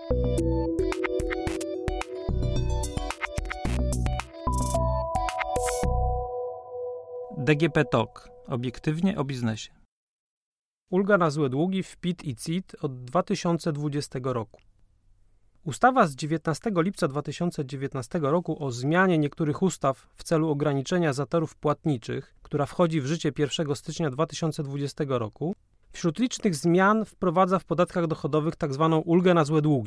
DGP Talk. Obiektywnie o biznesie. Ulga na złe długi w PIT i CIT od 2020 roku. Ustawa z 19 lipca 2019 roku o zmianie niektórych ustaw w celu ograniczenia zatorów płatniczych, która wchodzi w życie 1 stycznia 2020 roku, wśród licznych zmian wprowadza w podatkach dochodowych tzw. ulgę na złe długi.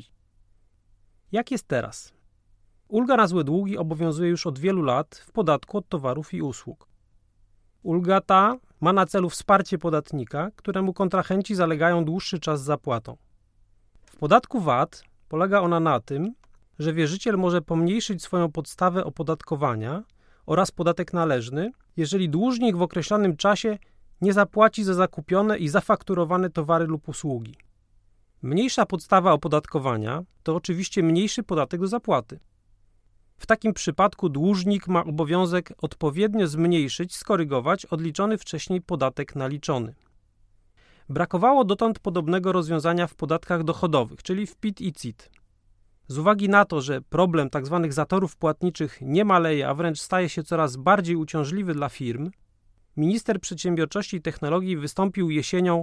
Jak jest teraz? Ulga na złe długi obowiązuje już od wielu lat w podatku od towarów i usług. Ulga ta ma na celu wsparcie podatnika, któremu kontrahenci zalegają dłuższy czas z zapłatą. W podatku VAT polega ona na tym, że wierzyciel może pomniejszyć swoją podstawę opodatkowania oraz podatek należny, jeżeli dłużnik w określonym czasie nie zapłaci za zakupione i zafakturowane towary lub usługi. Mniejsza podstawa opodatkowania to oczywiście mniejszy podatek do zapłaty. W takim przypadku dłużnik ma obowiązek odpowiednio zmniejszyć, skorygować odliczony wcześniej podatek naliczony. Brakowało dotąd podobnego rozwiązania w podatkach dochodowych, czyli w PIT i CIT. Z uwagi na to, że problem tzw. zatorów płatniczych nie maleje, a wręcz staje się coraz bardziej uciążliwy dla firm, minister przedsiębiorczości i technologii wystąpił jesienią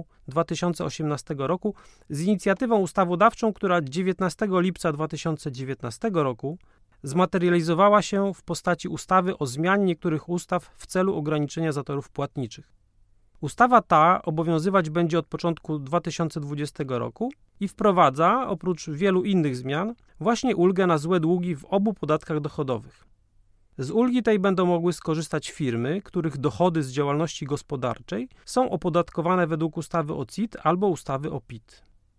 2018 roku z inicjatywą ustawodawczą, która 19 lipca 2019 roku zmaterializowała się w postaci ustawy o zmianie niektórych ustaw w celu ograniczenia zatorów płatniczych. Ustawa ta obowiązywać będzie od początku 2020 roku i wprowadza, oprócz wielu innych zmian, właśnie ulgę na złe długi w obu podatkach dochodowych. Z ulgi tej będą mogły skorzystać firmy, których dochody z działalności gospodarczej są opodatkowane według ustawy o CIT albo ustawy o PIT.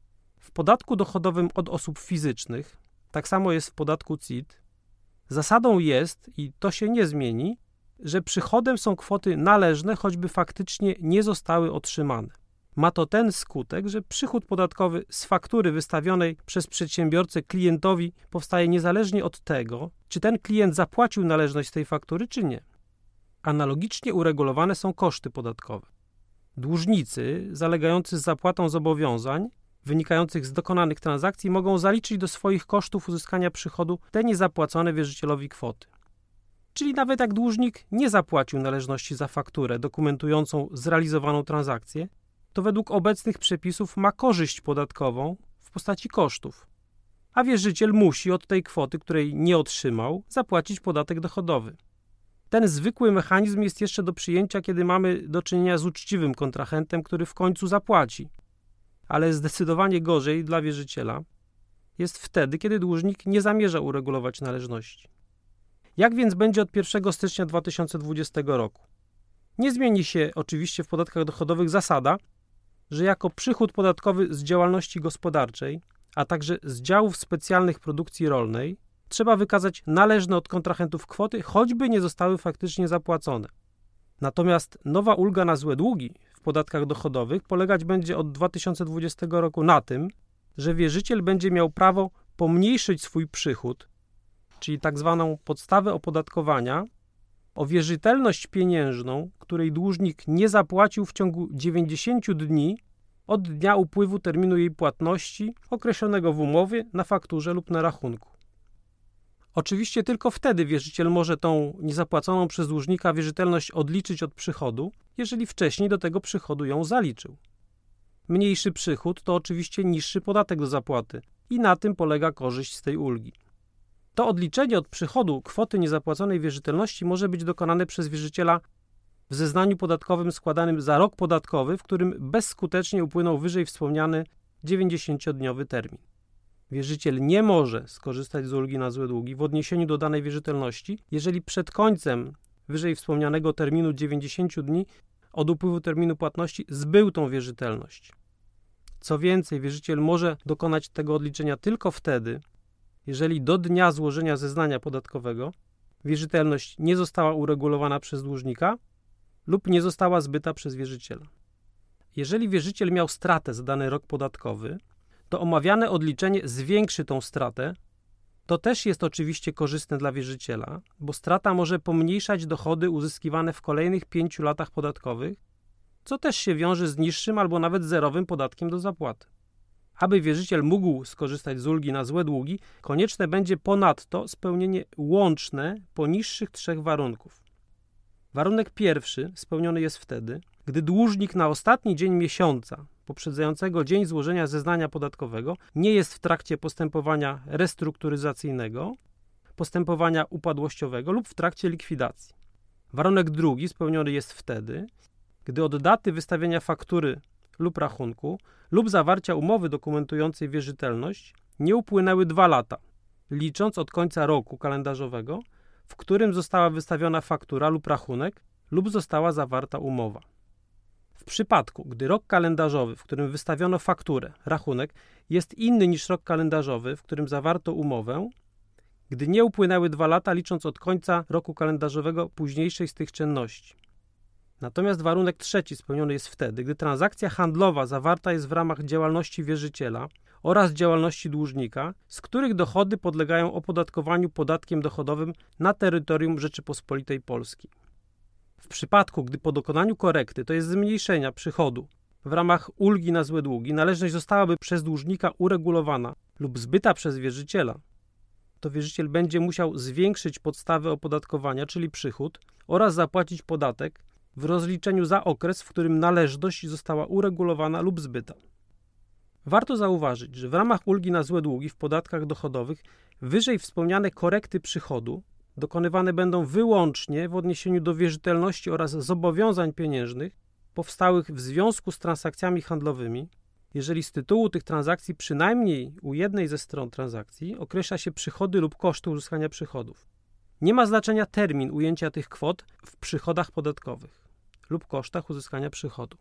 W podatku dochodowym od osób fizycznych, tak samo jest w podatku CIT, zasadą jest, i to się nie zmieni, że przychodem są kwoty należne, choćby faktycznie nie zostały otrzymane. Ma to ten skutek, że przychód podatkowy z faktury wystawionej przez przedsiębiorcę klientowi powstaje niezależnie od tego, czy ten klient zapłacił należność z tej faktury, czy nie. Analogicznie uregulowane są koszty podatkowe. Dłużnicy zalegający z zapłatą zobowiązań wynikających z dokonanych transakcji mogą zaliczyć do swoich kosztów uzyskania przychodu te niezapłacone wierzycielowi kwoty. Czyli nawet jak dłużnik nie zapłacił należności za fakturę dokumentującą zrealizowaną transakcję, to według obecnych przepisów ma korzyść podatkową w postaci kosztów, a wierzyciel musi od tej kwoty, której nie otrzymał, zapłacić podatek dochodowy. Ten zwykły mechanizm jest jeszcze do przyjęcia, kiedy mamy do czynienia z uczciwym kontrahentem, który w końcu zapłaci. Ale zdecydowanie gorzej dla wierzyciela jest wtedy, kiedy dłużnik nie zamierza uregulować należności. Jak więc będzie od 1 stycznia 2020 roku? Nie zmieni się oczywiście w podatkach dochodowych zasada, że jako przychód podatkowy z działalności gospodarczej, a także z działów specjalnych produkcji rolnej, trzeba wykazać należne od kontrahentów kwoty, choćby nie zostały faktycznie zapłacone. Natomiast nowa ulga na złe długi w podatkach dochodowych polegać będzie od 2020 roku na tym, że wierzyciel będzie miał prawo pomniejszyć swój przychód, czyli tak zwaną podstawę opodatkowania, o wierzytelność pieniężną, której dłużnik nie zapłacił w ciągu 90 dni od dnia upływu terminu jej płatności określonego w umowie, na fakturze lub na rachunku. Oczywiście tylko wtedy wierzyciel może tą niezapłaconą przez dłużnika wierzytelność odliczyć od przychodu, jeżeli wcześniej do tego przychodu ją zaliczył. Mniejszy przychód to oczywiście niższy podatek do zapłaty i na tym polega korzyść z tej ulgi. To odliczenie od przychodu kwoty niezapłaconej wierzytelności może być dokonane przez wierzyciela w zeznaniu podatkowym składanym za rok podatkowy, w którym bezskutecznie upłynął wyżej wspomniany 90-dniowy termin. Wierzyciel nie może skorzystać z ulgi na złe długi w odniesieniu do danej wierzytelności, jeżeli przed końcem wyżej wspomnianego terminu 90 dni od upływu terminu płatności zbył tą wierzytelność. Co więcej, wierzyciel może dokonać tego odliczenia tylko wtedy, jeżeli do dnia złożenia zeznania podatkowego wierzytelność nie została uregulowana przez dłużnika lub nie została zbyta przez wierzyciela. Jeżeli wierzyciel miał stratę za dany rok podatkowy, to omawiane odliczenie zwiększy tą stratę. To też jest oczywiście korzystne dla wierzyciela, bo strata może pomniejszać dochody uzyskiwane w kolejnych 5 latach podatkowych, co też się wiąże z niższym albo nawet zerowym podatkiem do zapłaty. Aby wierzyciel mógł skorzystać z ulgi na złe długi, konieczne będzie ponadto spełnienie łączne poniższych 3 warunków. Warunek pierwszy spełniony jest wtedy, gdy dłużnik na ostatni dzień miesiąca poprzedzającego dzień złożenia zeznania podatkowego nie jest w trakcie postępowania restrukturyzacyjnego, postępowania upadłościowego lub w trakcie likwidacji. Warunek drugi spełniony jest wtedy, gdy od daty wystawienia faktury lub rachunku lub zawarcia umowy dokumentującej wierzytelność nie upłynęły 2 lata, licząc od końca roku kalendarzowego, w którym została wystawiona faktura lub rachunek lub została zawarta umowa. W przypadku, gdy rok kalendarzowy, w którym wystawiono fakturę, rachunek, jest inny niż rok kalendarzowy, w którym zawarto umowę, gdy nie upłynęły 2 lata, licząc od końca roku kalendarzowego późniejszej z tych czynności. Natomiast warunek trzeci spełniony jest wtedy, gdy transakcja handlowa zawarta jest w ramach działalności wierzyciela oraz działalności dłużnika, z których dochody podlegają opodatkowaniu podatkiem dochodowym na terytorium Rzeczypospolitej Polskiej. W przypadku, gdy po dokonaniu korekty, to jest zmniejszenia przychodu w ramach ulgi na złe długi, należność zostałaby przez dłużnika uregulowana lub zbyta przez wierzyciela, to wierzyciel będzie musiał zwiększyć podstawę opodatkowania, czyli przychód, oraz zapłacić podatek w rozliczeniu za okres, w którym należność została uregulowana lub zbyta. Warto zauważyć, że w ramach ulgi na złe długi w podatkach dochodowych wyżej wspomniane korekty przychodu dokonywane będą wyłącznie w odniesieniu do wierzytelności oraz zobowiązań pieniężnych powstałych w związku z transakcjami handlowymi, jeżeli z tytułu tych transakcji przynajmniej u jednej ze stron transakcji określa się przychody lub koszty uzyskania przychodów. Nie ma znaczenia termin ujęcia tych kwot w przychodach podatkowych lub kosztach uzyskania przychodu.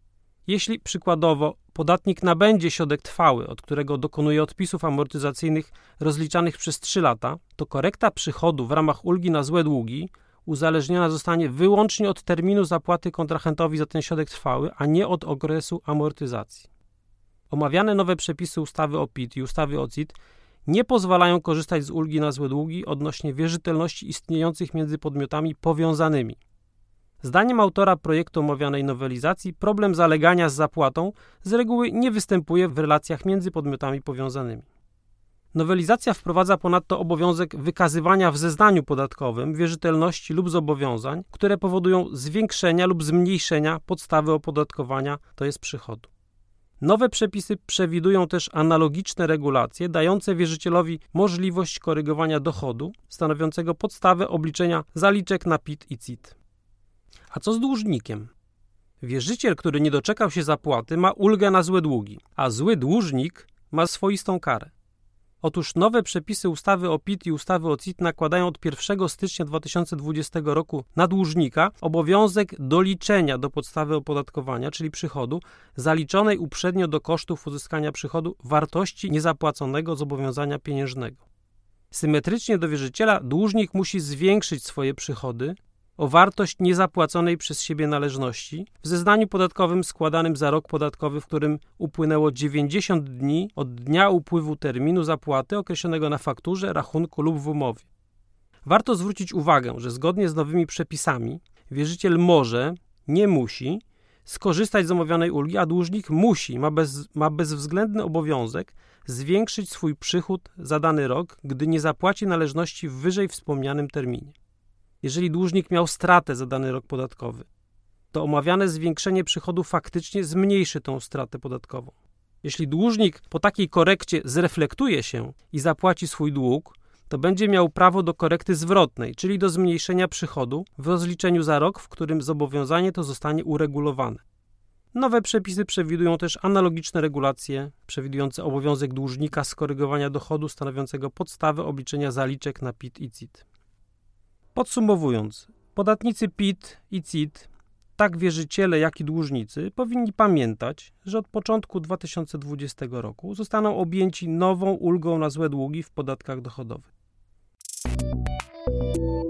Jeśli przykładowo podatnik nabędzie środek trwały, od którego dokonuje odpisów amortyzacyjnych rozliczanych przez 3 lata, to korekta przychodu w ramach ulgi na złe długi uzależniona zostanie wyłącznie od terminu zapłaty kontrahentowi za ten środek trwały, a nie od okresu amortyzacji. Omawiane nowe przepisy ustawy o PIT i ustawy o CIT nie pozwalają korzystać z ulgi na złe długi odnośnie wierzytelności istniejących między podmiotami powiązanymi. Zdaniem autora projektu omawianej nowelizacji problem zalegania z zapłatą z reguły nie występuje w relacjach między podmiotami powiązanymi. Nowelizacja wprowadza ponadto obowiązek wykazywania w zeznaniu podatkowym wierzytelności lub zobowiązań, które powodują zwiększenia lub zmniejszenia podstawy opodatkowania, to jest przychodu. Nowe przepisy przewidują też analogiczne regulacje dające wierzycielowi możliwość korygowania dochodu stanowiącego podstawę obliczenia zaliczek na PIT i CIT. A co z dłużnikiem? Wierzyciel, który nie doczekał się zapłaty, ma ulgę na złe długi, a zły dłużnik ma swoistą karę. Otóż nowe przepisy ustawy o PIT i ustawy o CIT nakładają od 1 stycznia 2020 roku na dłużnika obowiązek doliczenia do podstawy opodatkowania, czyli przychodu, zaliczonej uprzednio do kosztów uzyskania przychodu wartości niezapłaconego zobowiązania pieniężnego. Symetrycznie do wierzyciela dłużnik musi zwiększyć swoje przychody o wartość niezapłaconej przez siebie należności w zeznaniu podatkowym składanym za rok podatkowy, w którym upłynęło 90 dni od dnia upływu terminu zapłaty określonego na fakturze, rachunku lub w umowie. Warto zwrócić uwagę, że zgodnie z nowymi przepisami wierzyciel może, nie musi skorzystać z omawianej ulgi, a dłużnik ma bezwzględny obowiązek zwiększyć swój przychód za dany rok, gdy nie zapłaci należności w wyżej wspomnianym terminie. Jeżeli dłużnik miał stratę za dany rok podatkowy, to omawiane zwiększenie przychodu faktycznie zmniejszy tą stratę podatkową. Jeśli dłużnik po takiej korekcie zreflektuje się i zapłaci swój dług, to będzie miał prawo do korekty zwrotnej, czyli do zmniejszenia przychodu w rozliczeniu za rok, w którym zobowiązanie to zostanie uregulowane. Nowe przepisy przewidują też analogiczne regulacje przewidujące obowiązek dłużnika skorygowania dochodu stanowiącego podstawę obliczenia zaliczek na PIT i CIT. Podsumowując, podatnicy PIT i CIT, tak wierzyciele, jak i dłużnicy, powinni pamiętać, że od początku 2020 roku zostaną objęci nową ulgą na złe długi w podatkach dochodowych.